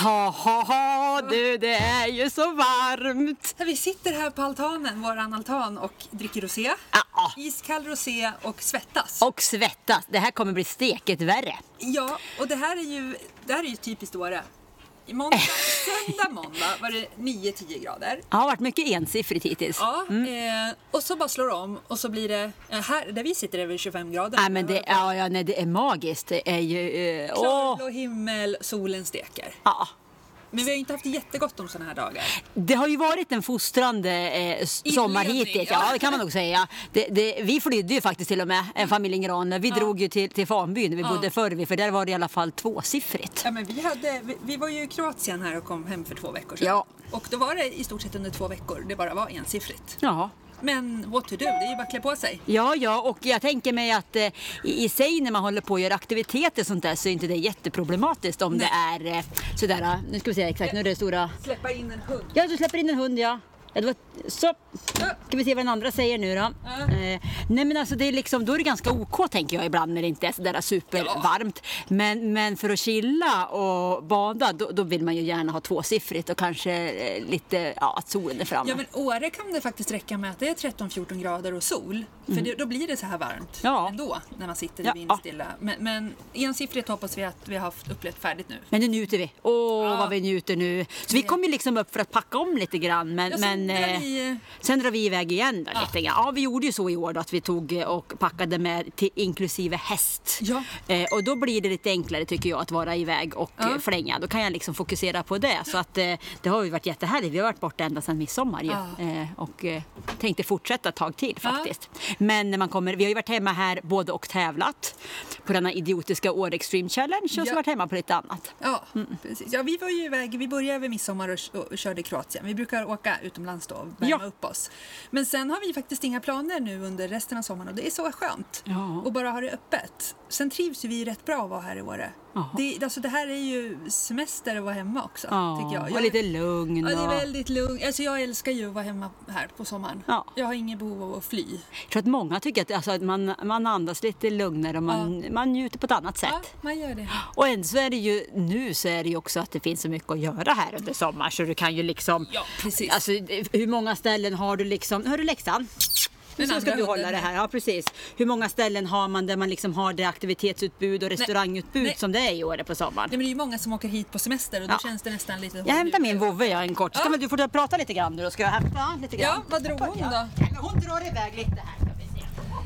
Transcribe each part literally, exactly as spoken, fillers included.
Ha, ha, ha, du, det är ju så varmt. Vi sitter här på altanen, våran altan, och dricker rosé. Ja. Iskall rosé och svettas. Och svettas. Det här kommer bli steket värre. Ja, och det här är ju, det här är ju typiskt Åre. I måndag, söndag måndag var det nio till tio grader. Det har varit mycket ensiffrigt hittills. Ja, mm. eh, och så bara slår om och så blir det, eh, här där vi sitter är det tjugofem grader. Nej, men det, ja, ja, nej, det är magiskt. Det är ju... Eh, Klarblå himmel, solen steker. Ja. Men vi har ju inte haft det jättegott om såna här dagar. Det har ju varit en fostrande eh, sommar hittills, ja. ja det kan man nog säga. Det, det, vi flydde ju faktiskt till och med, en familj Gran. Vi ja. drog ju till, till Fanbyn där vi ja. bodde förr, för där var det i alla fall tvåsiffrigt. Ja, men vi, hade, vi, vi var ju i Kroatien här och kom hem för två veckor sedan. Ja. Och då var det i stort sett under två veckor, det bara var ensiffrigt. Ja. Men what to do, det är ju bara att klä på sig. Ja, ja, och jag tänker mig att eh, i, i sig när man håller på att göra aktiviteter och sånt där så är inte det jätteproblematiskt om Nej. det är eh, sådär, nu ska vi se exakt, nu är det stora... Släppa in en hund. Ja, du släpper in en hund, ja. Ja, det var... Så, ska vi se vad den andra säger nu då. Ja. Eh, nej men alltså det är liksom, då är det ganska ok tänker jag ibland när det inte är sådär supervarmt. Ja. Men, men för att chilla och bada då, då vill man ju gärna ha tvåsiffrigt och kanske eh, lite, ja, att solen är framme. Ja, men Åre kan det faktiskt räcka med att det är tretton fjorton grader och sol. För mm. det, då blir det så här varmt ja. ändå när man sitter i ja. vindstilla. Men, men ensiffrigt hoppas vi att vi har haft upplevt färdigt nu. Men nu njuter vi. Åh, ja. vad vi njuter nu. Så vi kommer liksom upp för att packa om lite grann. Men, ja, men drar vi... sen drar vi iväg igen då, ja. lite grann. Ja, vi gjorde ju så i år då, att vi tog och packade med till, inklusive häst. Ja. Eh, och då blir det lite enklare tycker jag att vara iväg och ja. flänga. Då kan jag liksom fokusera på det. Så att eh, det har ju varit jättehärligt. Vi har varit borta ända sedan midsommar ju. Ja. Eh, och eh, tänkte fortsätta ett tag till faktiskt. Ja. Men när man kommer, vi har ju varit hemma här både och tävlat på denna idiotiska Åre Extreme Challenge och ja. så varit hemma på lite annat. Ja, mm. precis. Ja, vi var ju iväg, vi började vid midsommar och, och körde i Kroatien. Vi brukar åka utomlands då och värma ja. upp oss. Men sen har vi faktiskt inga planer nu under resten av sommaren och det är så skönt ja. att bara ha det öppet. Sen trivs vi rätt bra att vara här i Åre. Det, alltså det här är ju semester att vara hemma också, ja, tycker jag. jag. Och lite lugn. Ja, det är väldigt lugnt. Alltså jag älskar ju att vara hemma här på sommaren. Ja. Jag har ingen behov av att fly. Jag tror att många tycker att, alltså, att man, man andas lite lugnare och man, ja. man njuter på ett annat sätt. Ja, man gör det. Och än så är det ju, nu så är det ju också att det finns så mycket att göra här under sommar. Så du kan ju liksom, ja, precis. Alltså, hur många ställen har du liksom, hör du läxan? Nu så ska du hålla det här, ja precis. Hur många ställen har man där man liksom har det aktivitetsutbud och restaurangutbud Nej. som det är i Åre på sommaren? Nej, men det är ju många som åker hit på semester och då ja. känns det nästan lite... Jag hämtar min vovve jag en kort. Ska ja. väl du få prata lite grann nu då? Ska jag hämta lite grann? Ja, vad drog hon då? Ja. Men hon drar iväg lite här, ska vi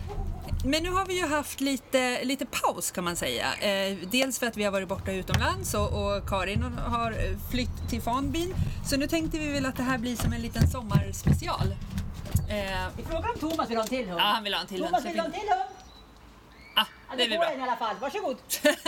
se. Men nu har vi ju haft lite, lite paus kan man säga. Eh, dels för att vi har varit borta utomlands och, och Karin har flytt till Fanbyn. Så nu tänkte vi väl att det här blir som en liten sommarspecial. Eh, vi frågar om Thomas vill ha en till hund. Ja, han vill ha en till hund. Thomas vill ha en till hund. Ah, det är väl bra. I alla fall. Varsågod.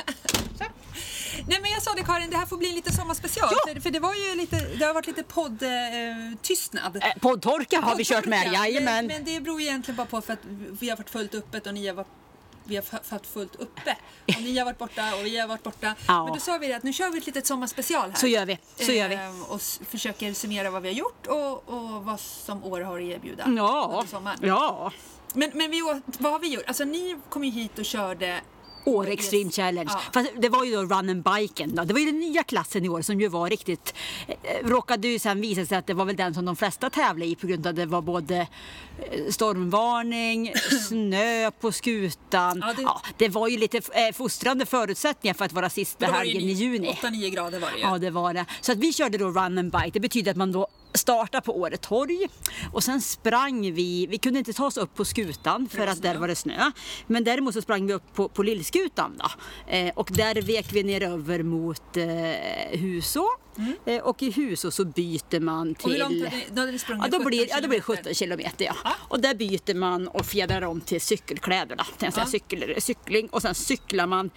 Nej, men jag sa det Karin, det här får bli lite sommarspecial. Ja. För, för det var ju lite, det har varit lite poddtystnad. Eh, poddtorka har vi kört med, jajamän. Men, men det beror egentligen bara på för att vi har varit fullt öppet och ni har varit vi har varit fullt uppe. Och ni har varit borta och vi har varit borta. Ja. Men då sa vi att nu kör vi ett litet sommarspecial här. Så gör vi. Så gör vi. Eh, och s- försöker summera vad vi har gjort och, och vad som Åre har att erbjuda. Ja. Ja. Men, men vi, vad har vi gjort? Alltså ni kom ju hit och körde Åre Extreme Challenge. Ja. Fast det var ju då run and biken då. Det var ju den nya klassen i år som ju var riktigt eh, råkade ju sen visa sig att det var väl den som de flesta tävlade i på grund av att det var både eh, stormvarning, snö på skutan. Ja, det... Ja, det var ju lite eh, fostrande förutsättningar för att vara sista helgen i juni. åtta nio grader var det ju. Ja, det var det. Så att vi körde då run and bike. Det betyder att man då starta på Åre torg och sen sprang vi, vi kunde inte ta oss upp på skutan för att där var det snö, men däremot så sprang vi upp på, på Lillskutan då. Eh, och där vek vi ner över mot eh, Huså mm. eh, och i Huså så byter man till... Och hur långt hade ni, då hade ni sprungit? Ja, då blir, ja, då blir det sjutton kilometer ja. Ah. Och där byter man och fjädrar om till cykelkläderna, till en ah. cykel, cykling och sen cyklar man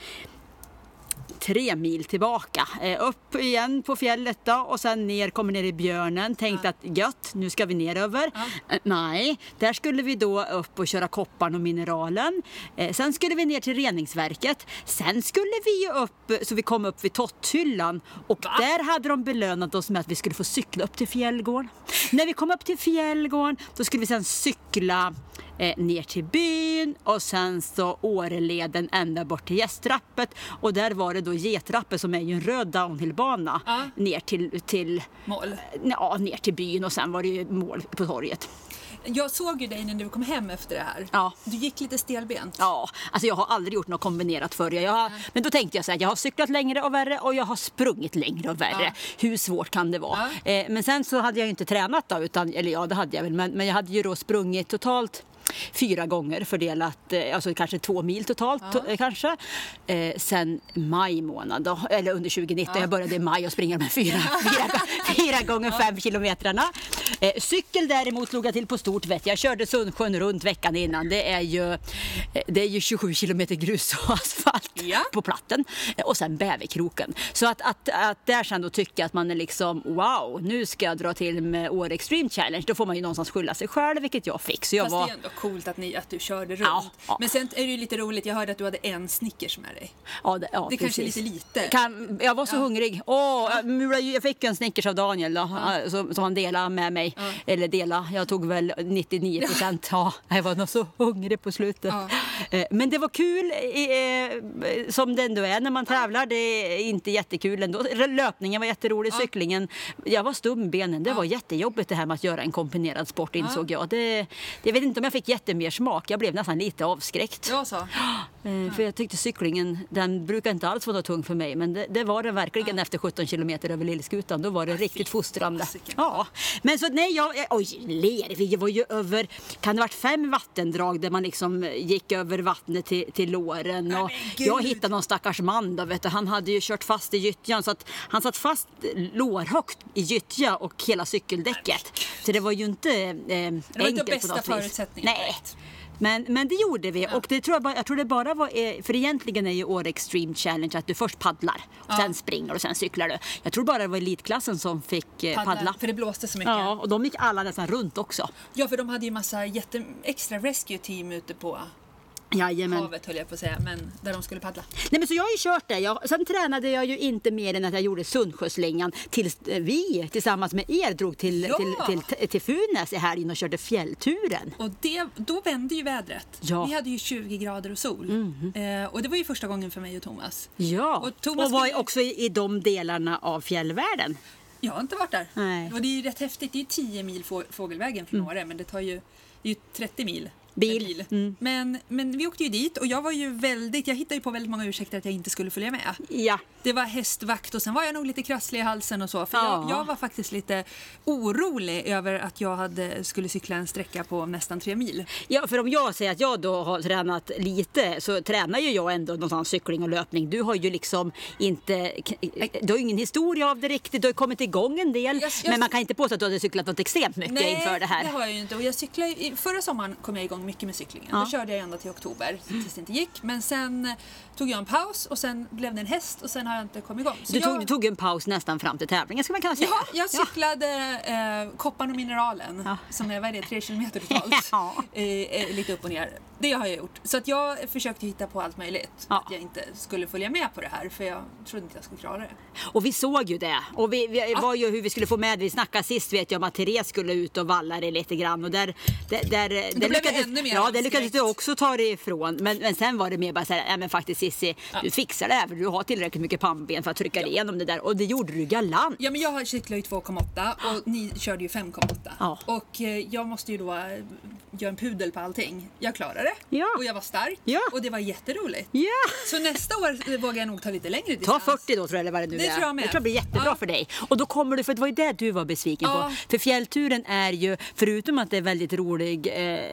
tre mil tillbaka. Eh, upp igen på fjället då och sen ner, kommer ner i Björnen. Tänkte ja. att gött, nu ska vi ner över. Ja. Eh, nej, där skulle vi då upp och köra kopparn och mineralen. Eh, sen skulle vi ner till reningsverket. Sen skulle vi upp, så vi kom upp vid Totthyllan. Och Va? där hade de belönat oss med att vi skulle få cykla upp till Fjällgården. När vi kom upp till Fjällgården, då skulle vi sen cykla eh, ner till byn och sen så Åreleden ända bort till Gästrappet och där var det då Getrappet som är ju en röd downhillbana ja. ner till, till mål. Ja, ner till byn och sen var det ju mål på torget. Jag såg ju dig när du kom hem efter det här. Ja. Du gick lite stelbent. Ja, alltså jag har aldrig gjort något kombinerat förr. Jag har, men då tänkte jag så här, jag har cyklat längre och värre och jag har sprungit längre och värre. Ja. Hur svårt kan det vara? Ja. Eh, men sen så hade jag ju inte tränat då, utan, eller ja det hade jag väl, men, men jag hade ju då sprungit totalt fyra gånger fördelat, alltså kanske två mil totalt ja. to, kanske. Eh, sen maj månad då, eller under tjugonitton. Ja. Jag började i maj och springa med fyra, fyra, fyra gånger ja. fem kilometrarna. Eh, cykel däremot låg jag till på stort vett. Jag körde Sundsjön runt veckan innan. Det är ju, det är ju tjugosju kilometer grus och asfalt ja. på platten. Eh, och sen Bäverkroken. Så att, att, att där sen då tycker att man är liksom wow, nu ska jag dra till med Åre Extreme Challenge. Då får man ju någonstans skylla sig själv, vilket jag fick. Så jag Fast var... det är ändå coolt att, ni, att du körde runt. Ja, ja. Men sen är det ju lite roligt, jag hörde att du hade en Snickers med dig. Ja, det, ja, det kanske är lite lite. Kan, jag var så ja. hungrig. Åh, ja. Jag fick en Snickers av Daniel då, ja. som, som han delade med mig. Ja. Eller dela, jag tog väl nittionio procent. Ja, jag var nog så hungrig på slutet. Ja. Men det var kul, som det ändå är när man tävlar. Det är inte jättekul ändå. Löpningen var jätterolig, ja. cyklingen. Jag var stum i benen. Det ja. var jättejobbigt det här med att göra en kombinerad sport, insåg ja. jag. Det, jag vet inte om jag fick jättemer smak. Jag blev nästan lite avskräckt. Ja, så. Eh, för jag tyckte cyklingen, den brukar inte alls vara tung för mig. Men det, det var det verkligen ja. efter sjutton kilometer över Lillskutan. Då var det ja, riktigt fostrande. Ja. Men så nej, jag, oj, ler, vi var ju över, kan det ha varit fem vattendrag där man liksom gick över vattnet till, till låren. Och jag hittade någon stackars man då, vet du. Han hade ju kört fast i gyttjan så att han satt fast lårhögt i gyttja och hela cykeldäcket. Så det var ju inte eh, enkelt på något vis. Förutsättningar. Nej. Men, men det gjorde vi ja. och det tror jag, bara, jag tror det bara var, för egentligen är ju Åre Extreme Challenge att du först paddlar och ja. sen springer och sen cyklar du. Jag tror bara det var elitklassen som fick paddla. paddla. För det blåste så mycket. Ja, och de gick alla nästan runt också. Ja, för de hade ju massa jätte, extra rescue team ute på Jajamän. havet höll jag på att säga, men där de skulle paddla. Nej, men så jag har ju kört det. Jag, sen tränade jag ju inte mer än att jag gjorde Sundsjöslingan tills vi tillsammans med er drog till, ja. till, till, till Funäs i helgen och körde fjällturen. Och det, då vände ju vädret. Ja. Vi hade ju tjugo grader och sol. Mm. Eh, och det var ju första gången för mig och Thomas. Ja, och, Thomas och var skulle... också i, i de delarna av fjällvärlden. Jag har inte varit där. Nej. Och det är ju rätt häftigt. Det är ju tio mil få, fågelvägen från mm. Åre, men det tar ju, det är ju trettio mil. Bil. bil. Mm. Men, men vi åkte ju dit och jag var ju väldigt, jag hittade ju på väldigt många ursäkter att jag inte skulle följa med. Ja. Det var hästvakt och sen var jag nog lite krasslig i halsen och så. För ja. jag, jag var faktiskt lite orolig över att jag hade, skulle cykla en sträcka på nästan tre mil. Ja, för om jag säger att jag då har tränat lite så tränar ju jag ändå någonstans cykling och löpning. Du har ju liksom inte, du har ingen historia av det riktigt. Du har kommit igång en del, jag, jag, men man kan inte påstå att du har cyklat något extremt mycket nej, inför det här. Nej, det har jag ju inte. Och jag cyklade, förra sommaren kom jag igång mycket med cyklingen. Ja. Då körde jag ända till oktober tills det inte gick. Men sen tog jag en paus och sen blev det en häst och sen har jag inte kommit igång. Så du, jag... tog, du tog en paus nästan fram till tävlingen, ska man kunna säga. Ja, jag cyklade ja. eh, Kopparn och Mineralen ja. som är, vad är det, tre kilometer totalt. Ja. eh, lite upp och ner. Det har jag gjort. Så att jag försökte hitta på allt möjligt. Ja. Att jag inte skulle följa med på det här för jag trodde inte jag skulle klara det. Och vi såg ju det. Och vi, vi ja. var ju hur vi skulle få med. Vi snackade sist, vet jag, om att Therese skulle ut och valla det lite grann. Och där, där, där, där lyckades, ännu mer ja, det lyckades du också ta det ifrån. Men, men sen var det mer bara så här, ja, men faktiskt Cissi, ja. du fixar det här för du har tillräckligt mycket pannben för att trycka ja. dig igenom det där. Och det gjorde du galant. Ja, men jag har cyklat ju två komma åtta och ni körde ju fem komma åtta. Ja. Och eh, jag måste ju då eh, göra en pudel på allting. Jag klarade det. Ja. Och jag var stark. Ja. Och det var jätteroligt. Ja. Så nästa år vågar jag nog ta lite längre distans. Ta fyrtio då tror jag, eller vad det nu det är. Tror jag med. Det tror jag blir jättebra ja. för dig. Och då kommer du, för det var ju det du var besviken ja. på. För fjällturen är ju, förutom att det är väldigt rolig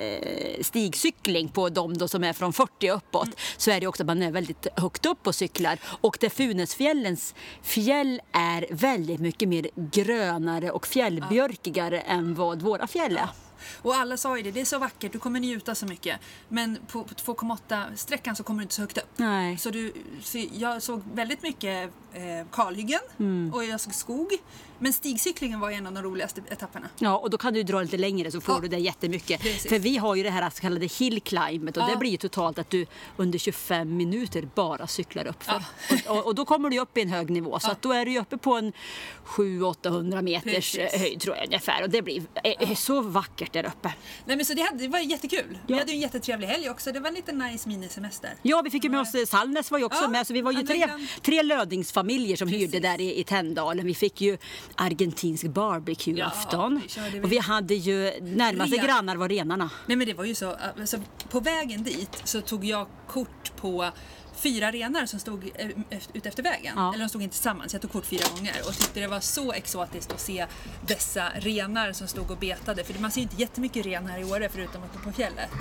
eh, stigcykling på de då som är från fyrtio uppåt, mm. så är det också att man är väldigt högt upp och cyklar. Och det Funäsfjällens fjäll är väldigt mycket mer grönare och fjällbjörkigare ja. än vad våra fjäll är. Ja. Och alla sa ju det, det är så vackert, du kommer njuta så mycket. Men på, på två komma åtta sträckan så kommer du inte så högt upp. Nej. Så, du, så jag såg väldigt mycket eh, kalhyggen mm. och jag såg skog. Men stigcyklingen var en av de roligaste etapperna. Ja, och då kan du dra lite längre så får Ja. du det jättemycket. Precis. För vi har ju det här så kallade hill climmet och Ja. det blir ju totalt att du under tjugofem minuter bara cyklar upp för. Ja. Och, och, och då kommer du upp i en hög nivå så Ja. att då är du ju uppe på en sju åttahundra meters Precis. höjd tror jag ungefär och det blir är, är så vackert där uppe. Nej, men så det, hade, det var jättekul. Vi Ja. hade ju en jättetrevlig helg också. Det var en liten nice minisemester. Ja, vi fick ju med oss Salnes var ju också Ja, med så vi var ju tre, Annika. tre lödingsfamiljer som Precis. hyrde där i, i Tänndalen. Vi fick ju argentinsk barbecue-afton Ja, vi körde väl- och vi hade ju närmaste Ren. grannar var renarna. Nej, men det var ju så. Alltså, på vägen dit så tog jag kort på fyra renar som stod eh, ut efter vägen. Ja. Eller de stod inte tillsammans. Jag tog kort fyra gånger och tyckte det var så exotiskt att se dessa renar som stod och betade. För man ser ju inte jättemycket ren här i Åre förutom uppe på fjället.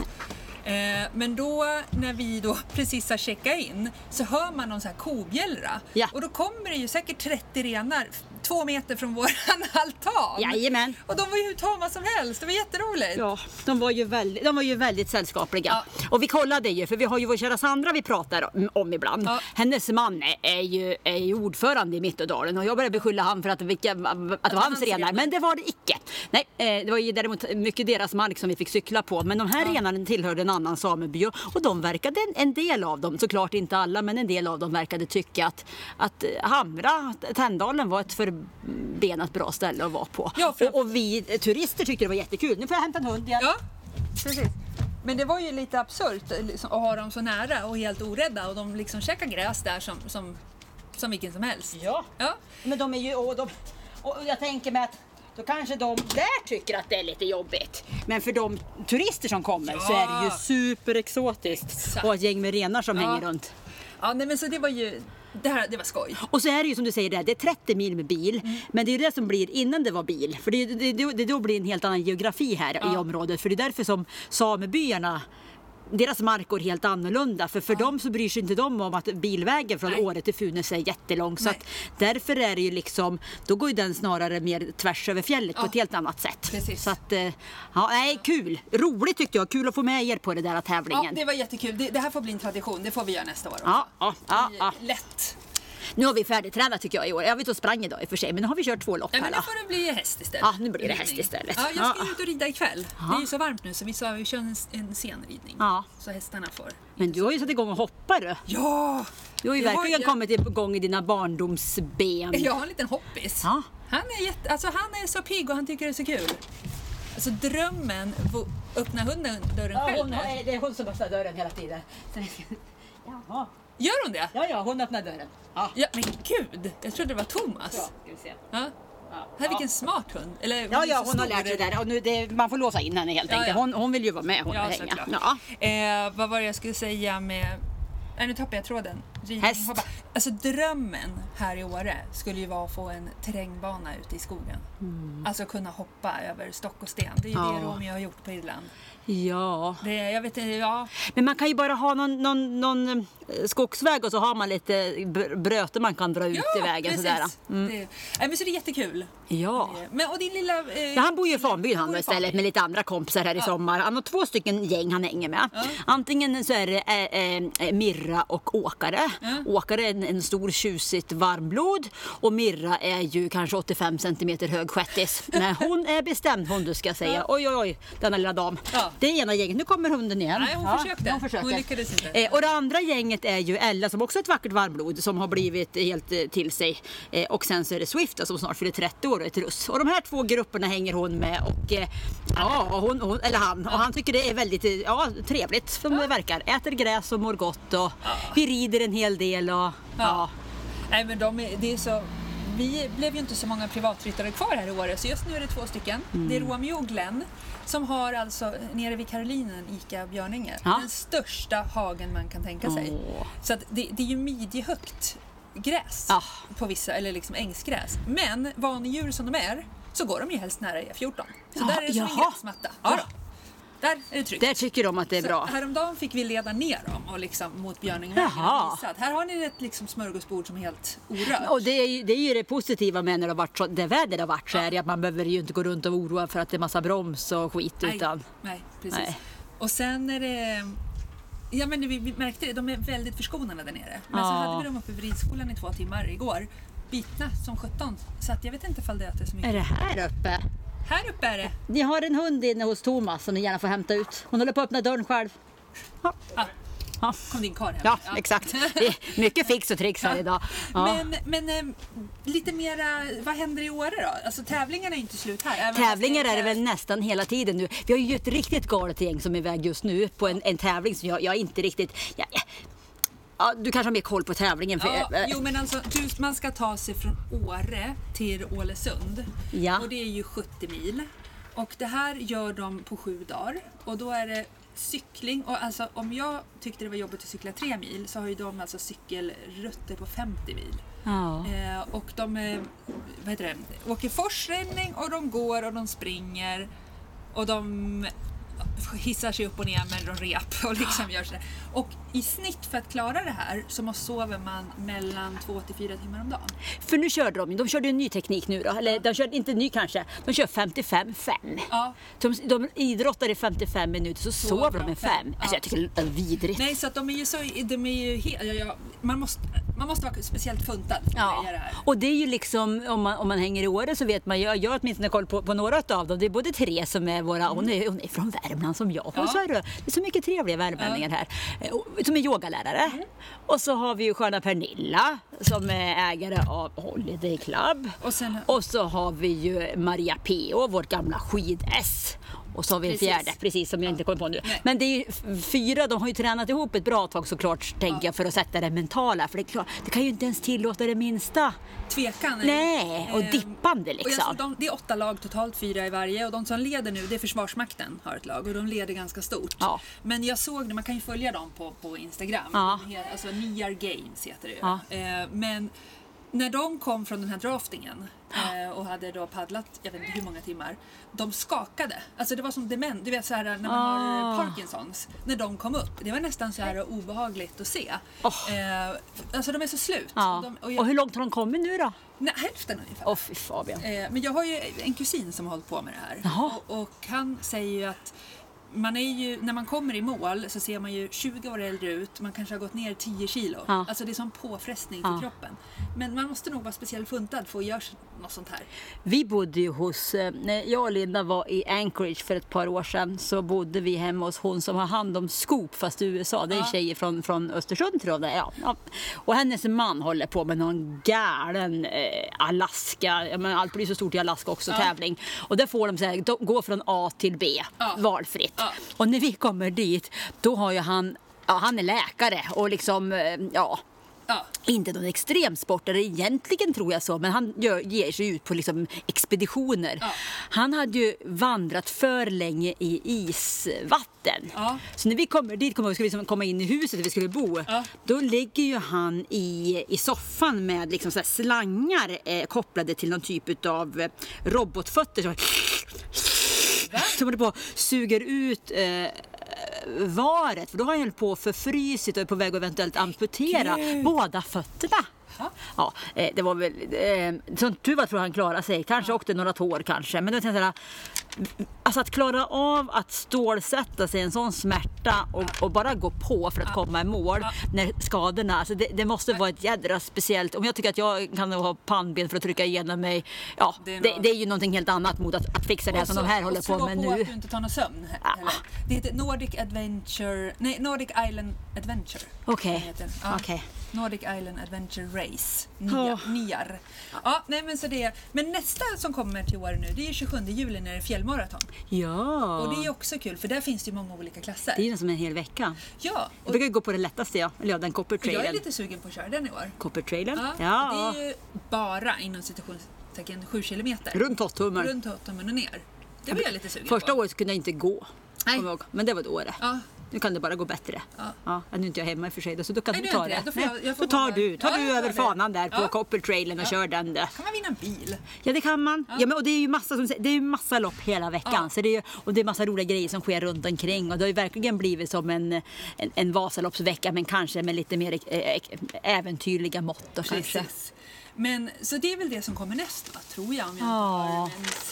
Eh, men då när vi då precis har checkat in så hör man någon så här kobjällra. Ja. Och då kommer det ju säkert trettio renar två meter från våran altan. Jajamän. Och de var ju hur tama som helst. Det var jätteroligt. Ja, de var ju väldigt, de var ju väldigt sällskapliga. Ja. Och vi kollade ju, för vi har ju vår kära Sandra vi pratar om, om ibland. Ja. Hennes man är, är, ju, är ju ordförande i Mittådalen och jag började beskylla han för att, vilka, att det var hans hans renar, renar. men det var det icke. Nej, eh, det var ju däremot mycket deras mark som vi fick cykla på, men de här Ja. renarna tillhörde en annan sameby och de verkade, en, en del av dem, såklart inte alla, men en del av dem verkade tycka att, att Hamra, Tänndalen var ett förbenat bra ställe att vara på. Ja, för- och, och vi turister tyckte det var jättekul. Nu får jag hämta en hund igen. Ja, precis. Men det var ju lite absurt liksom, att ha dem så nära och helt orädda och de liksom käkar gräs där som, som, som vilken som helst. Ja. Ja. Men de är ju, och, de, och jag tänker mig att då kanske de där tycker att det är lite jobbigt. Men för de turister som kommer Ja. så är det ju superexotiskt. Exakt. Och ett gäng med renar som Ja. hänger runt. Ja, nej, men så det var ju, det här, det var skoj. Och så är det ju som du säger, där, det är trettio mil med bil. Mm. Men det är ju det som blir innan det var bil. För det, det, det, det då blir en helt annan geografi här i Ja. området. För det är därför som samebyarna, deras mark går helt annorlunda. För för dem så bryr sig inte de om att bilvägen från Nej. Åre till Funäs är jättelång. Så Nej. att därför är det ju liksom, då går ju den snarare mer tvärs över fjället på Ja. ett helt annat sätt. Precis. Så att, eh, ja, nej, kul. Roligt tyckte jag. Kul att få med er på det där Ja, tävlingen. det var jättekul. Det, det här får bli en tradition. Det får vi göra nästa år också. Ja, ja, ja, ja. Lätt. Nu har vi färdigtränat tycker jag i år. Jag vet och sprang idag i och för sig, men nu har vi kört två lopp Ja, här men nu då. får det bli häst istället. Ja, nu blir det Ridning. häst istället. Ja, jag ska Ja. ut och rida ikväll. Det är ju så varmt nu så vi sa vi kör en, en senridning. Ja. Så hästarna får. Men du har ju satt igång och hoppat du. Ja! Du har ju Jag har- verkligen jag- kommit igång i dina barndomsben. Jag har en liten hoppis. Ja. Han, är jätte, alltså han är så pigg och han tycker det är så kul. Alltså drömmen, vo- öppna hunden dörren Ja, själv. hon, nu. det är hon som öppnar dörren hela tiden. Jaha. Gör hon det? Ja, ja, hon öppnar dörren. Ja. Ja, men gud! Jag trodde det var Thomas. Så, ska vi se. Ja. Ja. Här, vilken smart hund. Eller, Ja, är ja, så hon har stor. lärt sig det där. Och nu, det, man får låsa in henne helt Ja, enkelt. ja. Hon, hon vill ju vara med. Hon Ja, vill hänga. såklart. Ja. Eh, vad var det jag skulle säga med... Nej, nu tappade jag tråden. Ridning, Häst. hoppa. Alltså drömmen här i Åre skulle ju vara att få en terrängbana ute i skogen. Alltså kunna hoppa över stock och sten. Det är ju Ja. det Romeo har gjort på Irland. Ja. Det, jag vet inte, ja. Men man kan ju bara ha någon, någon, någon eh, skogsväg och så har man lite br- bröte man kan dra ut i vägen. precis. Sådär. Det, nej, men så det är jättekul. Ja. Eh, Men, och din lilla... Eh, Ja, han bor ju i Fanbyn han bor då i istället Fanbyn. med lite andra kompisar här i sommar. Han har två stycken gäng han hänger med. Ja. Antingen så är det eh, eh, Mirra och Åkare. Ja. Åkare är en, en stor tjusigt varmblod och Mirra är ju kanske åttiofem centimeter hög shettis. Men hon är bestämd hon du ska säga. Ja. Oj oj oj, denna lilla dam. Ja. Det är ena gänget. Nu kommer hunden igen. Nej, hon försökte. Hon, försökte. Hon lyckades inte. Eh, och det andra gänget är ju Ella som också är ett vackert varmblod som har blivit helt eh, till sig. Eh, och sen så är det Swift då, som snart fyller trettio år och är ett russ. Och de här två grupperna hänger hon med och eh, ja, och hon, hon, eller han. Och han tycker det är väldigt eh, ja, trevligt som det verkar. Äter gräs och mår gott och vi rider en hel del och ja. Nej, men de är, det är så... Vi blev ju inte så många privatryttare kvar här i Åre, så just nu är det två stycken. Mm. Det är Romeo och Glenn som har alltså nere vid Karolinen, Ica Björninge, Ja. den största hagen man kan tänka sig. Åh. Så att det, det är ju midjehögt gräs Ja. på vissa, eller liksom ängsgräs. Men vanedjur som de är, så går de ju helst nära E fjorton. Så Ja, där är det som en jaha. gräsmatta. Ja, då. Där är det tryggt. Där tycker de att det är bra. Så häromdagen fick vi leda ner dem och liksom mot Björningvägen Jaha. och visa att här har ni ett liksom smörgåsbord som är helt orört. Och det är, ju, det är ju det positiva med när det har varit så, det väder har varit så är det att man behöver ju inte gå runt och oroa för att det är massa broms och skit Nej, utan nej, precis. Nej. Och sen är det... Ja, men vi vi märkte det, de är väldigt förskonade där nere. Men så Ja. hade vi dem uppe vid ridskolan i två timmar igår. bitna som sjutton. Så att jag vet inte ifall det är så mycket. Är det här uppe? Här uppe är det. Ni har en hund inne hos Thomas som ni gärna får hämta ut. Hon håller på att öppna dörren själv. Ja. Ah. Ja. Kom din karl hem. Ja, ja, exakt. Det är mycket fix och tricks här ja. idag. Ja. Men, men eh, lite mera, vad händer i Åre då? Alltså tävlingarna är inte slut här. Även Tävlingar är det väl nästan hela tiden nu. Vi har ju ett riktigt galet gäng som är iväg just nu på en, en tävling som jag, jag inte riktigt... Jag, ja, du kanske har mer koll på tävlingen. För, ja, jo, men alltså, du, man ska ta sig från Åre till Ålesund. Ja. Och det är ju sjuttio mil. Och det här gör de på sju dagar. Och då är det cykling. Och alltså, om jag tyckte det var jobbigt att cykla tre mil så har ju de alltså cykelrutter på femtio mil. Ja. Eh, och de eh, vad heter det, åker forsränning och de går och de springer. Och de hissar sig upp och ner med en rep och liksom gör sådär. Och i snitt för att klara det här så måste sover man mellan två till fyra timmar om dagen. För nu körde de, de körde en ny teknik nu då, eller de körde inte ny kanske, de kör femtiofem fem. Ja. De, de idrottar i femtiofem minuter så sover de i fem. Ja. Alltså jag tycker det är vidrigt. Nej, så att de är ju så, de är ju helt, ja, ja, man måste man måste vara speciellt funtad för att Ja. göra det här. Och det är ju liksom, om man, om man hänger i Åre så vet man, jag, jag har åtminstone koll på, på några av dem. Det är både Therese som är våra, hon är, hon är från Värmland som jag. Ja. Och så är det, det är så mycket trevliga värmlänningar här. Eh, och- Som är yogalärare. Mm. Och så har vi ju sköna Pernilla som är ägare av Holiday Club. Och sen- och så har vi ju Maria P O, vårt gamla skid-S. Och så har vi en Precis. fjärde, precis som jag inte kommer på nu. Nej. Men det är ju f- fyra, de har ju tränat ihop ett bra tag såklart, tänker jag, för att sätta det mentala. För det är klart, det kan ju inte ens tillåta det minsta. Tvekan. Nej, och Eh, dippande Och jag liksom. såg de, det är åtta lag totalt, fyra i varje. Och de som leder nu, det är Försvarsmakten har ett lag. Och de leder ganska stort. Ja. Men jag såg det, man kan ju följa dem på, på Instagram. Ja. De heter, alltså Niar Games heter det ju. Ja. Eh, men när de kom från den här draftingen eh, och hade då paddlat, jag vet inte hur många timmar. De skakade. Alltså det var som dement. Du vet så här när man Ah. har Parkinsons. När de kom upp. Det var nästan så här obehagligt att se. Oh. Eh, alltså de är så slut. Ja. Och de, och Och jag, hur långt har de kommit nu då? nej, hälften ungefär. Åh fy Fabian. Eh, men jag har ju en kusin som har hållit på med det här. Jaha. Och, och han säger ju att man är ju, när man kommer i mål så ser man ju tjugo år äldre ut. Man kanske har gått ner tio kilo. Ja. Alltså det är som påfrestning Ja. till kroppen. Men man måste nog vara speciellt funtad för att göra något sånt här. Vi bodde ju hos, eh, när jag och Linda var i Anchorage för ett par år sedan så bodde vi hemma hos hon som har hand om Scoop fast i U S A. Det är en Ja. tjej från, från Östersund tror jag det är. Ja, ja. Och hennes man håller på med någon galen eh, Alaska, ja, men allt blir så stort i Alaska också, Ja. tävling. Och där får de så här, de gå från A till B, Ja. valfritt. Ja. Och när vi kommer dit, då har ju han, ja, han är läkare och liksom, eh, ja, Ja. inte någon extremsportare egentligen tror jag så, men han gör, ger sig ut på liksom expeditioner. Ja. Han hade ju vandrat för länge i isvatten. Ja. Så när vi kommer dit, kommer vi skulle liksom komma in i huset där vi skulle bo, Ja. då ligger ju han i, i soffan med liksom så här slangar eh, kopplade till någon typ av eh, robotfötter som, som håller på och suger ut eh, varet, för då har han ju på för frysit och är på väg att eventuellt amputera Gud. båda fötterna. Ja. Ja, eh, det var väl eh, som tur var tror jag han klarade sig. Kanske åkte några tår kanske, men det tänkte jag, alltså att klara av att stålsätta sig en sån smärta och, och bara gå på för att komma i mål Ja. när skadorna, alltså det, det måste vara ett jädra speciellt. Om jag tycker att jag kan ha pannben för att trycka igenom mig, ja, Det är det, nog- det är ju någonting helt annat mot att, att fixa det här som de här håller och slå på med på nu. att du inte tar någon sömn. he- Ja. heller. Det heter Nordic Adventure, nej Nordic Island Adventure. Okej, Den heter. Ja. okej. Nordic Island Adventure Race. Ja. Nia, Niar. Ja, nej men så det. Men nästa som kommer till år nu, det är ju tjugosjunde juli när det är fjällmaraton. Ja, Och det är ju också kul för där finns det ju många olika klasser. det är ju som en hel vecka. Ja, Jag och, brukar ju gå på det lättaste, ja. Eller ja, den och Copper jag är Trailen. lite sugen på att köra den i år. Copper Trailen? Ja, Ja. och det är ju bara inom citationstecken sju kilometer. Runt Hottummer. Runt Hottummen och ner. Det blir jag lite sugen Första på. året kunde jag inte gå. Nej. kommer jag ihåg. Men det var ett år. Ja. Nu kan det bara gå bättre. Ja. Ja, nu är inte jag hemma i och för sig, så då kan Nej, du du är ta inte det. det. Då får jag- Nej, jag får då tar vara- du, tar Ja, du jag över tar det. fanan där på Ja. Copper Trailen och Ja. kör den där. Kan man vinna en bil? Ja, det kan man. Ja. men, och det är ju massa, som, det är ju massa lopp hela veckan. Ja. Så det är, ju- och det är massa roliga grejer som sker runt omkring. Och det har ju verkligen blivit som en, en, en Vasaloppsvecka, men kanske med lite mer eh, äventyrliga mått då, kanske. Precis. Men så det är väl det som kommer näst, va, tror jag. Om jag Ja. inte har minns.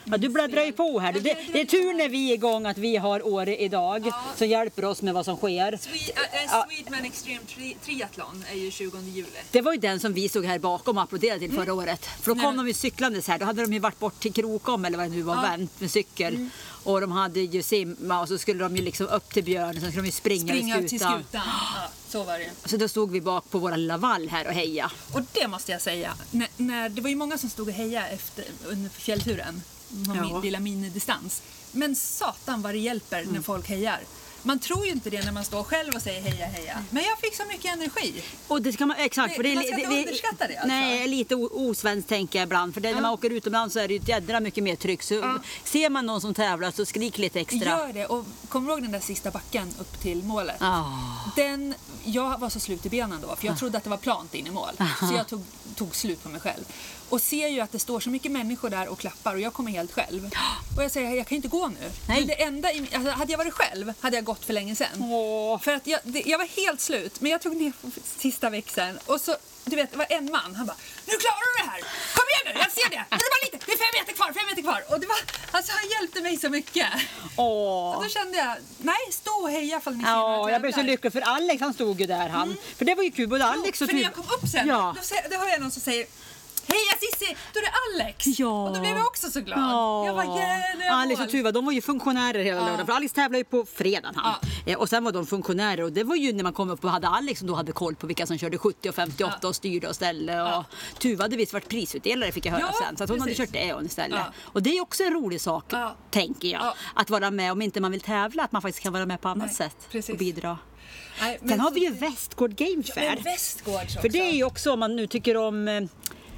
Ja, du bläddrar ju på här. Det, det är tur när vi är igång att vi har Åre idag Ja. som hjälper oss med vad som sker. Swe- äh, Swedman Extreme tri- Triathlon är ju tjugonde juli. Det var ju den som vi stod här bakom och applåderade till förra året. För då kom Nej. de ju cyklandes här. Då hade de ju varit bort till Krokom eller vad det nu var, Ja. vänt med cykel. Och de hade ju simma och så skulle de ju liksom upp till björnen. Sen skulle de ju springa, Springa i till skutan. skutan. Ja, så var det. Så då stod vi bak på våra lilla vall här och heja. Och det måste jag säga, när, när, det var ju många som stod och heja efter, under fjällturen, Ja. min lilla minidistans. Men satan vad det hjälper Mm. när folk hejar. Man tror ju inte det när man står själv och säger heja heja. Men jag fick så mycket energi. Och det ska man, exakt. Det- För det, är man li- ska inte det- underskatta det, alltså. Nej, lite o- osvenskt tänker jag ibland. För det, när man åker utomlands så är det ju ett jädra mycket mer tryck. Så Ja. ser man någon som tävlar så skrik lite extra. Gör det. Och kommer du ihåg den där sista backen upp till målet? Ah. Den, jag var så slut i benen då, för jag trodde att det var plant in i mål. Så jag tog, tog slut på mig själv. Och ser ju att det står så mycket människor där och klappar och jag kommer helt själv. Och jag säger, jag kan inte gå nu. Nej. Men det enda, i- alltså, hade jag varit själv hade jag gått för länge sedan. Åh. För att jag, det, jag var helt slut, men jag tog ner på sista växeln och så, du vet, det var en man, han bara, nu klarar du det här! Kom igen nu, jag ser det! Men det var lite, det är fem meter kvar, fem meter kvar! Och det var, alltså han hjälpte mig så mycket. Åh. Och då kände jag, nej, stå och heja ifall ni ser Ja, några jag blev så tävlar. lycklig för Alex, han stod ju där han. För det var ju kul, både Alex och För när Tuva. jag kom upp sen, Ja. då, säger, då hör jag någon som säger heja Cissi, då är det Alex! Ja. Och då blev jag också så glad. Ja. Jag var yeah, Alex och Tuva, de var ju funktionärer hela Ja. lördagen. För Alex tävlade ju på fredagen han. Ja. Eh, Och sen var de funktionärer och det var ju när man kom upp och hade Alex som då hade koll på vilka som körde sjuttio och femtioåtta Ja. och styrde och ställde. Och Ja. Tuva hade visst varit prisutdelare fick jag höra Ja, sen. Så att hon precis. hade kört det hon istället. Ja. Och det är också en rolig sak, Ja. tänker jag. Ja. Att vara med, om inte man vill tävla, att man faktiskt kan vara med på annat Nej, sätt precis. och bidra. Nej, men Sen har så- vi ju Västgård Game Fair. Men Västgårds också. För det är ju också om man nu tycker om eh,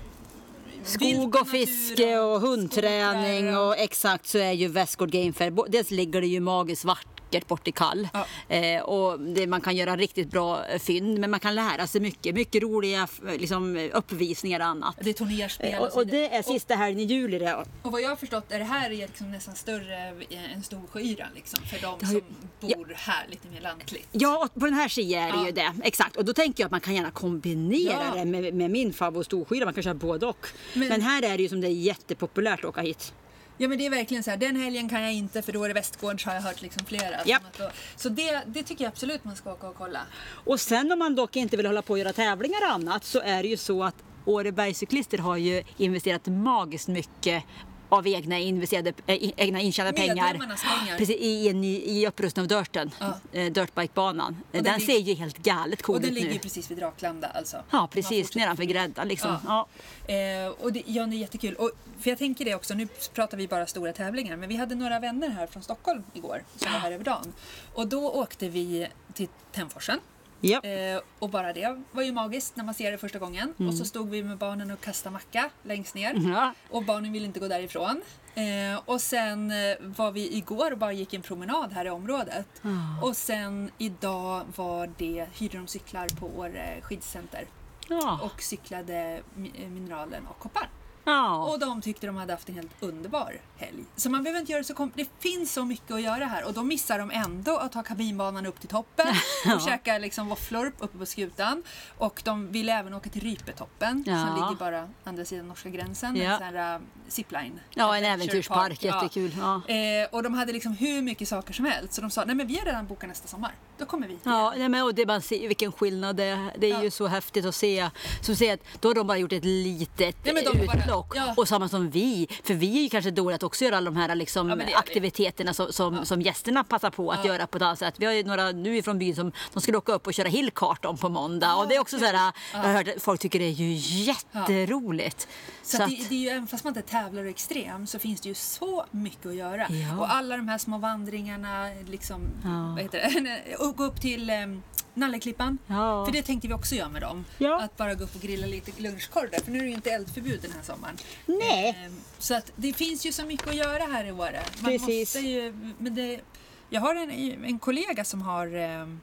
skog Vilt och och fiske natur och och hundträning skotrar och- och exakt så är ju Västgård Game Fair. Bo- Dels ligger det ju magiskt vackert bort i Kall. Ja. Eh, och det, man kan göra riktigt bra eh, fynd men man kan lära sig mycket. Mycket roliga f- liksom, uppvisningar och annat. Det är turnerspel Eh, och och, så och vidare. det är sista helgen i juli det. Och vad jag har förstått är det här är liksom nästan större än Storsjöyran liksom, för de har ju- som bor här lite mer lantligt. Ja, och på den här sidan är det Ja. ju det. Exakt. Och då tänker jag att man kan gärna kombinera Ja. det med, med min favorit Storskyra. Man kan köra både och. Men, Men- här är det ju som det är jättepopulärt att åka hit. Ja men det är verkligen så här, den helgen kan jag inte för då är det Västgårds har jag hört liksom flera. Japp. Som att då- Så det, det tycker jag absolut man ska åka och kolla. Och sen om man dock inte vill hålla på och göra tävlingar och annat så är det ju så att Årebergscyklister har ju investerat magiskt mycket av egna, investerade, äh, egna intjänade pengar, Medlemmarnas pengar. Precis, i, en, ny- i upprustning av Dirten, Ja. eh, Dirtbikebanan. Den, den ser lig- ju helt galet cool Och den ut ligger nu. ju precis vid Draklanda alltså. Ja, Man precis, fortsätter. nedanför gräddan liksom. Ja. Ja. Eh, och det, ja, det är jättekul. Och, för jag tänker det också, nu pratar vi bara stora tävlingar, men vi hade några vänner här från Stockholm igår som var här över dagen. Och då åkte vi till Tenforsen. Ja. Eh, och bara det var ju magiskt när man ser det första gången. Och så stod vi med barnen och kastade macka längst ner. Ja. Och barnen ville inte gå därifrån. Eh, och sen eh, var vi igår och bara gick en promenad här i området. Och sen idag var det, hyrde de cyklar på Åre skidcenter. Ja. Och cyklade mi- Mineralen och Koppar. Ja. Och de tyckte de hade haft en helt underbar helg. Så man behöver inte göra det så kom- det finns så mycket att göra här. Och då missar de ändå att ta kabinbanan upp till toppen. Och käka liksom våfflor uppe på skutan. Och de ville även åka till Rypetoppen. Ja. Som ligger bara andra sidan norska gränsen. Ja. En sån här uh, zipline. Ja, en Adventure äventyrspark, park. Ja. jättekul. Ja. Eh, och de hade liksom hur mycket saker som helst. Så de sa, nej men vi har redan bokat nästa sommar. Då kommer vi. Ja, nej, men och det man ser vilken skillnad det är. Det är Ja. ju så häftigt att se. Som ser att då har de bara gjort ett litet Ja, men de har bara- utlock. ja. Och samma som vi. För vi är ju kanske dåliga att också göra alla de här liksom, Ja, men det är vi. aktiviteterna som, som, Ja. som gästerna passar på att Ja. göra på ett annat sätt. Vi har ju några nu ifrån byn som de skulle åka upp och köra hillkarton på måndag. Ja, och det är också kul. så här, Ja. jag har hört att folk tycker det är ju jätteroligt. Så, Så att att, det, det är ju, även fast man inte tävlar extrem så finns det ju så mycket att göra. Ja. Och alla de här små vandringarna, liksom, Ja. vad heter det? Och gå upp till um, Nalleklippan. Ja. För det tänkte vi också göra med dem. Ja. Att bara gå upp och grilla lite lunchkorv där. För nu är det ju inte eldförbud den här sommaren. Nej. Ehm, Så att det finns ju så mycket att göra här i Åre. Man Precis. måste ju, men det, jag har en, en kollega som har ehm,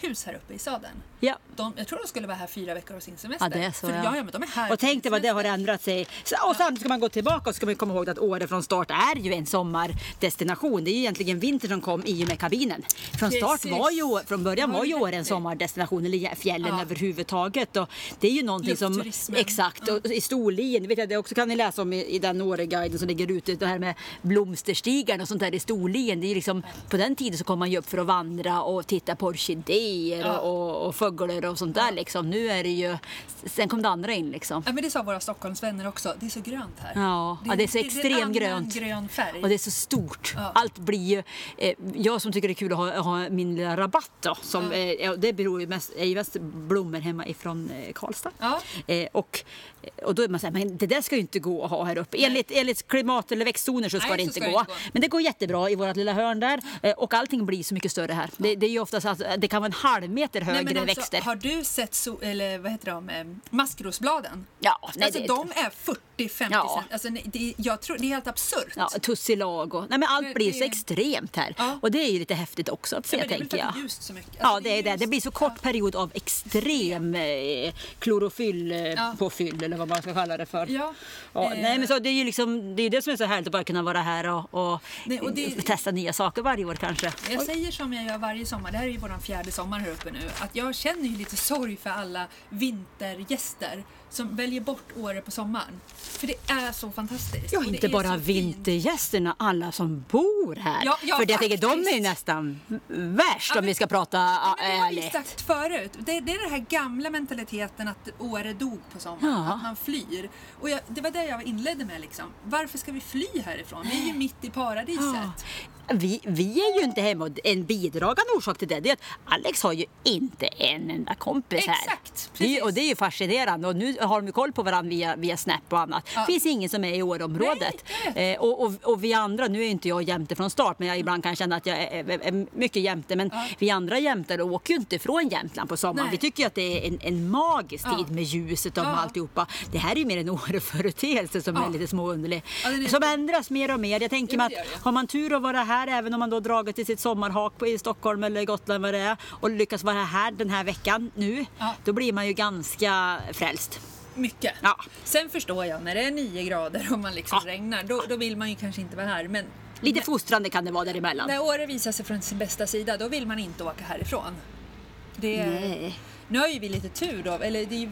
hus här uppe i staden. Ja. De, jag tror de skulle vara här fyra veckor av sin semester. Ja, det är så, För, ja. ja, ja, men de är här Och tänk dig vad det har ändrat sig. Så, och sen ska man gå tillbaka och ska man komma ihåg att Åre från start är ju en sommardestination. Det är ju egentligen vinter som kom i och med kabinen. Från start Precis. var ju, från början Ja, var ju det är Åre en rätt. sommardestination, eller fjällen Ja. överhuvudtaget. Och det är ju någonting som, Luftturismen. exakt, och i Storlien, vet jag, det också kan ni läsa om i, i den Åreguiden som ligger ute, det här med blomsterstigen och sånt där i Storlien. Det är ju liksom, på den tiden så kom man ju upp för att vandra och titta på orkidéer Ja. och, och, och fåglar och sånt där liksom. Nu är det ju, sen kom det andra in liksom. Ja, men det sa våra Stockholmsvänner också. Det är så grönt här. Ja, ja, det är så en extremt annan grönt. grön färg. Och det är så stort. Ja. Allt blir ju... Eh, jag som tycker det är kul att ha, ha min lilla rabatt då. Som, Ja. eh, det beror ju mest, är ju mest blommor hemma ifrån eh, Karlstad. Ja. Eh, och, och då är man så här, men det där ska ju inte gå att ha här uppe. Enligt, enligt klimat eller växtzoner så ska Nej, det så inte ska det gå. inte gå. Men det går jättebra i vårt lilla hörn där. Eh, och allting blir så mycket större här. Det, det är ju ofta så att det kan vara en halv meter högre Nej, men alltså, växter. har du sett so- eller vad heter de, eh, maskrosbladen? Ja, nej, Alltså det, de är fyrtio femtio Ja. cent. Alltså, nej, det, jag tror, det är helt absurt. Ja, tussilago. Nej, men allt Det- blir det- så extremt här. Ja. Och det är ju lite häftigt också att se, Ja, men det är väl tänker för jag. att det är ljust så mycket. Ja, Alltså, det är det. ljust. Det blir så kort period av extrem eh, klorofyll eh, Ja. påfyll eller vad man ska kalla det för. Ja. Ja, Eh. nej, men så det är ju liksom, det är det som är så härligt att bara kunna vara här och, och, Nej, och det- testa nya saker varje år kanske. Jag säger som jag gör varje sommar, det här är ju vår fjärde sommar här uppe nu, att jag känner ju lite sorg för alla vintergäster som väljer bort Åre på sommaren. För det är så fantastiskt. Ja, och det inte är bara så fint. vintergästerna, alla som bor här. Ja, ja, för jag tänker, de är ju faktiskt. nästan värst Ja, om vi men- ska prata Nej, men det har vi ärligt. sagt förut. Det, det är den här gamla mentaliteten att Åre dog på sommaren. Ja. Att man flyr. Och jag, det var det jag inledde med. Liksom. Varför ska vi fly härifrån? Vi är ju mitt i paradiset. Ja. Vi, vi är ju inte hemma, och en bidragande orsak till det, det är att Alex har ju inte en enda kompis här. Exakt, Det är, ju- precis. och det är ju fascinerande, och nu har de ju koll på varandra via, via Snap och annat. Ja. Det finns ingen som är i Åreområdet. Nej, eh, och, och, och vi andra, nu är inte jag jämte från start, men jag ibland kan känna att jag är, är, är mycket jämte, men Ja. vi andra jämtare åker ju inte från Jämtland på sommaren. Nej. Vi tycker ju att det är en, en magisk Ja. tid med ljuset och Ja. alltihopa. Det här är ju mer en Åreföreteelse som Ja. är lite småunderlig. Ja, den är- Som ändras mer och mer. Jag tänker Jo, mig det gör att det. har man tur att vara här, även om man då dragit till sitt sommarhak på, i Stockholm eller Gotland vad det är, och lyckas vara här den här veckan nu, Ja. då blir man ju ganska frälst. Mycket. Ja. Sen förstår jag, när det är nio grader och man liksom Ja. regnar, då, då vill man ju kanske inte vara här. Men Lite fostrande kan det vara däremellan. när Åre visar sig från sin bästa sida, då vill man inte åka härifrån. Det är, Nej. nu har ju vi lite tur då, eller det är ju,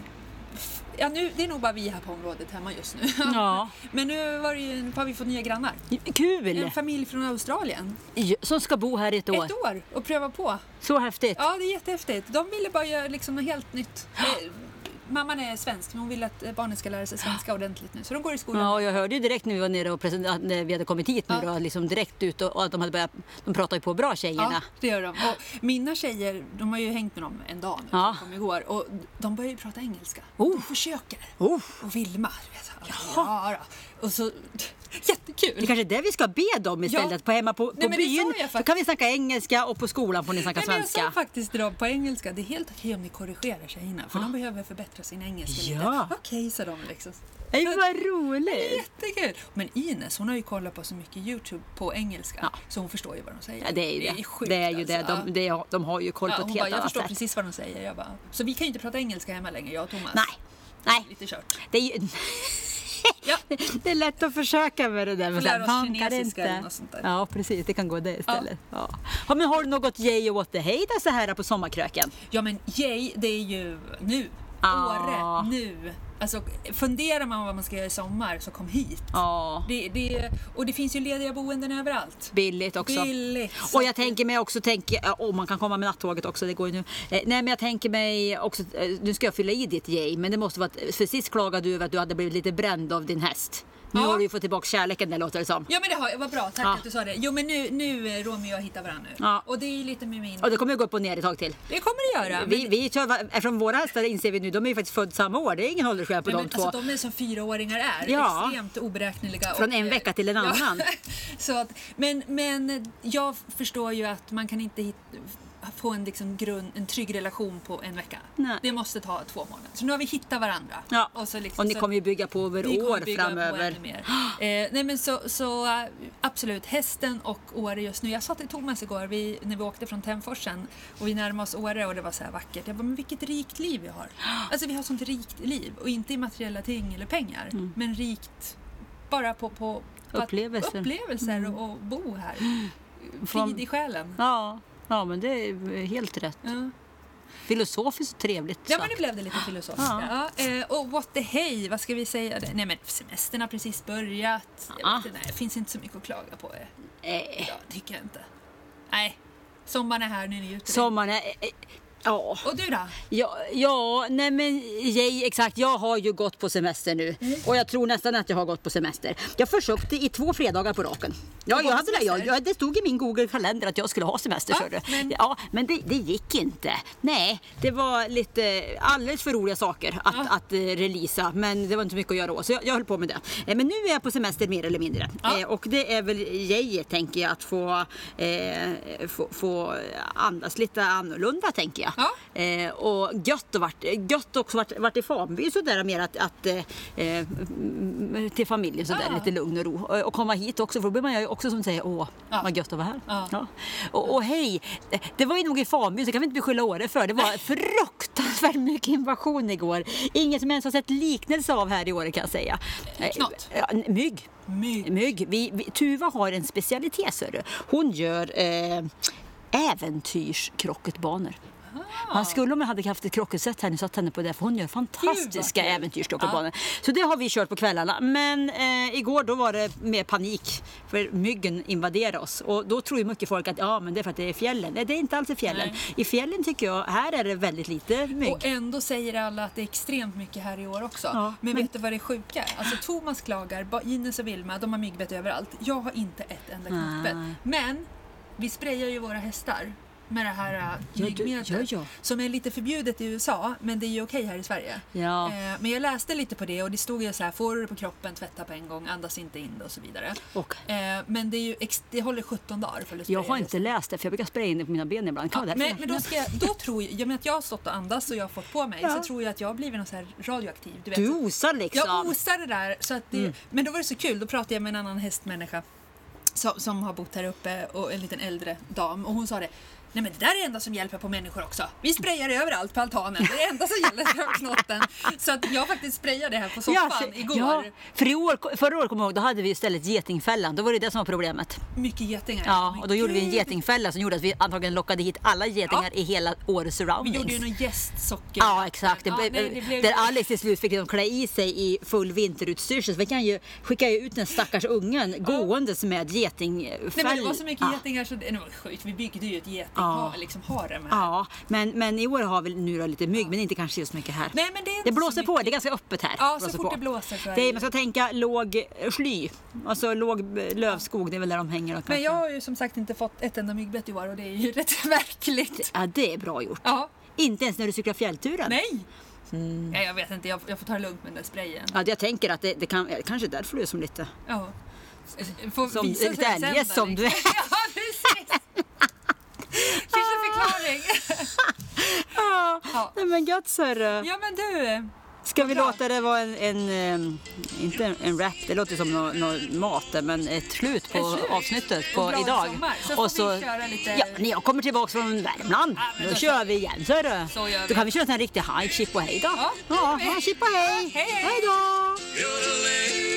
ja, nu, det är nog bara vi här på området hemma just nu. Ja. Men nu var det ju, har vi fått nya grannar. Kul! En familj från Australien. Som ska bo här ett år. Ett år och pröva på. Så häftigt. Ja, det är jättehäftigt. De ville bara göra liksom något helt nytt. Eh, Mamman är svensk, men hon vill att barnen ska lära sig svenska ordentligt nu. Så de går i skolan. Ja, och jag hörde ju direkt när vi var nere och present- att när vi hade kommit hit nu Ja. då, liksom direkt ut och, och att de hade börjat, de pratar ju på bra tjejerna. Ja, det gör de. Och mina tjejer, de har ju hängt med dem en dag nu, Ja. som kom igår, och de börjar ju prata engelska. Oh. De försöker. Oh. Och Vilma, du vet. Ja, då. Och så, jättekul. Det är kanske är det vi ska be dem istället, Ja. på hemma på, på Nej, men det sa byn. jag Då faktiskt. kan vi snacka engelska och på skolan får ni snacka Nej, men jag svenska. sa faktiskt till dem på engelska, det är helt okej om ni korrigerar tjejerna, för de behöver förbättra sin engelska lite. Ja. Okej, sa de liksom. Nej, Så- vad roligt! Jättekul! Men Ines, hon har ju kollat på så mycket YouTube på engelska, Ja. så hon förstår ju vad de säger. Ja, det är ju det. sjukt, det, är ju det. alltså. De, det är, de har ju koll Ja, på hon ett bara, helt jag annat förstår sätt. precis vad de säger. Jag bara, så vi kan ju inte prata engelska hemma längre, jag och Thomas. Nej, nej. Lite kört. Det är ju... Ja. Det är lätt att försöka med det där. Men lära sen oss funkar det kinesiska eller inte. något sånt där. Ja, precis. Det kan gå det istället. Ja. Ja, men har du något yay och återhejda så här på sommarkröken? Ja, men yay, det är ju nu. Ah. Åre, nu. Alltså, funderar man vad man ska göra i sommar, så kom hit. Ja, Det, det, och det finns ju lediga boenden överallt. billigt också. Billigt. Och jag tänker mig också, tänker, oh, man kan komma med nattåget också, det går ju nu. Eh, nej, men jag tänker mig också, eh, nu ska jag fylla i ditt yay, men det måste vara, att- för sist klagade du över att du hade blivit lite bränd av din häst. Nu Ja. har du ju fått tillbaka kärleken, det låter det som. Ja, men det har jag. Vad bra, tack Ja. att du sa det. Jo, men nu, nu är Romy och jag hittar varandra nu. Ja. Och det är ju lite med min... Och det kommer ju gå upp och ner ett tag till. Det kommer det göra. Vi, men... vi kör, eftersom våra hästar inser vi nu, de är ju faktiskt född samma år. Det är ingen åldersskillnad på Nej, de men, två. alltså, de är som fyraåringar är. Ja. Extremt oberäkneliga. Från och, en vecka till en ja. annan. Så att, men, men jag förstår ju att man kan inte hit, få en, liksom grund, en trygg relation på en vecka. Nej. Det måste ta två månader. Så nu har vi hittat varandra. Ja. Och, så liksom, och ni så, kommer ju bygga på över vi år bygga framöver. På mer. eh, nej men så, så uh, absolut, hästen och Åre just nu. Jag sa till Thomas igår vi, när vi åkte från Tämforsen och vi närmade oss Åre och det var så här vackert. Jag bara, men vilket rikt liv vi har. Alltså vi har sånt rikt liv och inte i materiella ting eller pengar. Mm. Men rikt bara på, på, på upplevelser, upplevelser mm. och, och bo här. Från, frid i själen. Ja, ja, men det är helt rätt. Ja. Filosofiskt trevligt sagt. Ja, men nu blev det lite filosofiskt. Ja. Ja, eh, och what the hey, vad ska vi säga? Nej, men semestern har precis börjat. Ja. Jag vet inte, det finns inte så mycket att klaga på. Eh. Ja, tycker jag inte. Nej, sommaren är här, nu är ni ute. Sommaren är... Eh, ja. Och du då? Ja, ja, nej men jag, exakt, jag har ju gått på semester nu. Mm. Och jag tror nästan att jag har gått på semester. Jag försökte i två fredagar på raken. Ja, jag hade det, jag, jag, det stod i min Google-kalender att jag skulle ha semester. Ja, men, ja, men det, det gick inte. Nej, det var lite alldeles för roliga saker att, ja. att, att uh, releasa. Men det var inte mycket att göra. Så jag, jag höll på med det. Eh, men nu är jag på semester mer eller mindre. Ja. Eh, och det är väl jag, tänker jag, att få, eh, få, få andas lite annorlunda, tänker jag. Ja. Eh, och gött och vart, gött också vart, vart i Famby sådär mer att, att eh, till familjen sådär ja. lite lugn och ro och, och komma hit också, för då blir man ju också som säger åh ja. vad gött att vara här. Ja. Ja. Och, och hej, det var ju nog i Famby, så kan vi inte beskylla Åre för. Det var fruktansvärt mycket invasion igår. Ingen som ens har sett liknelse av här i Åre, kan jag säga. Knott. Ja, mygg. Mygg. Mygg. Vi, vi, Tuva har en specialitet, så du. Hon gör eh, äventyrskrocketbanor. Man skulle, om jag hade haft ett krocketsätt här, nu satt henne på det, för hon gör fantastiska äventyrskrocketbanor. Ja. Så det har vi kört på kvällarna. Men eh, igår då var det mer panik, för myggen invaderade oss. Och då tror ju mycket folk att ja, men det är för att det är fjällen. Nej, det är inte alls i fjällen. Nej. I fjällen tycker jag, här är det väldigt lite mygg. Och ändå säger alla att det är extremt mycket här i år också. Ja, men, men vet du vad det är sjuka? Alltså Thomas klagar, Ines och Vilma, de har myggbett överallt. Jag har inte ett enda knoppbett. Men vi sprayar ju våra hästar med det här myggmedlet, ja, ja. som är lite förbjudet i U S A, men det är ju okej här i Sverige. Ja. Eh, men jag läste lite på det och det stod ju så här, får du det på kroppen, tvätta på en gång, andas inte in det och så vidare. Okay. Eh, men det är ju ex- det håller sjutton dagar för att jag har inte läst det, för jag brukar spraya in det på mina ben ibland. Ja, men, men då ska jag, då tror jag, jag menar att jag har stått och andas och jag har fått på mig, ja. så tror jag att jag har blivit någon så här radioaktiv. Du, vet, du osar liksom. Jag osar det där. Så att det, mm. Men då var det så kul, då pratade jag med en annan hästmänniska som, som har bott här uppe, och en liten äldre dam, och hon sa det: nej, men det där är det enda som hjälper på människor också. Vi sprayar överallt på altanen. Det är det enda som gäller för knotten. Så att jag faktiskt sprayade här på soffan ja, igår. Ja, för i år, förra året, kommer jag ihåg, då hade vi istället getingfällan. Då var det det som var problemet. Mycket getingar. Ja, och då gjorde vi en getingfälla som gjorde att vi antagligen lockade hit alla getingar ja. i hela Åre surroundings. Vi gjorde ju någon gästsocker. Ja, exakt. Ja, nej, det blev... Där Alex till slut fick de klä i sig i full vinterutstyrsel. Så vi kan ju skicka ut den stackars ungen ja. gåendes med getingfäll. Nej, men det var så mycket ja. getingar så det var sjukt. Vi byggde ju ett geting. Ja. Liksom har det med. Ja, men, men i år har vi nu då lite mygg, ja. men inte kanske just mycket här. Nej, men det, är det blåser på, det är ganska öppet här. Ja, så blåser fort på. det blåser så är det är, man ska tänka låg sly, alltså låg lövskog, det är väl där de hänger. Då, men jag har ju som sagt inte fått ett enda myggbett i år, och det är ju rätt verkligt. Ja, det är bra gjort. Ja. Inte ens när du cyklar fjällturen. Nej. Mm. Ja, jag vet inte, jag, jag får ta det lugnt med den där sprayen. Ja, jag tänker att det, det kan, kanske är därför du är som lite... Ja. Får som lite eljest som du är. Ja, precis. Finns en förklaring? ja, ja. Nej, men gott sörre. Ja, men du... Ska vi låta det vara en, en, en inte en, en rap, det låter som någon no, mat, men ett slut på ett slut. avsnittet på idag. Så och så, vi köra lite... ja, när jag kommer tillbaka från Värmland, ja, då, då kör vi igen, så, så vi. Då kan vi köra en riktig high, chip och hej då. Ja, ja, chip och hej. Hej, hej. Hej då.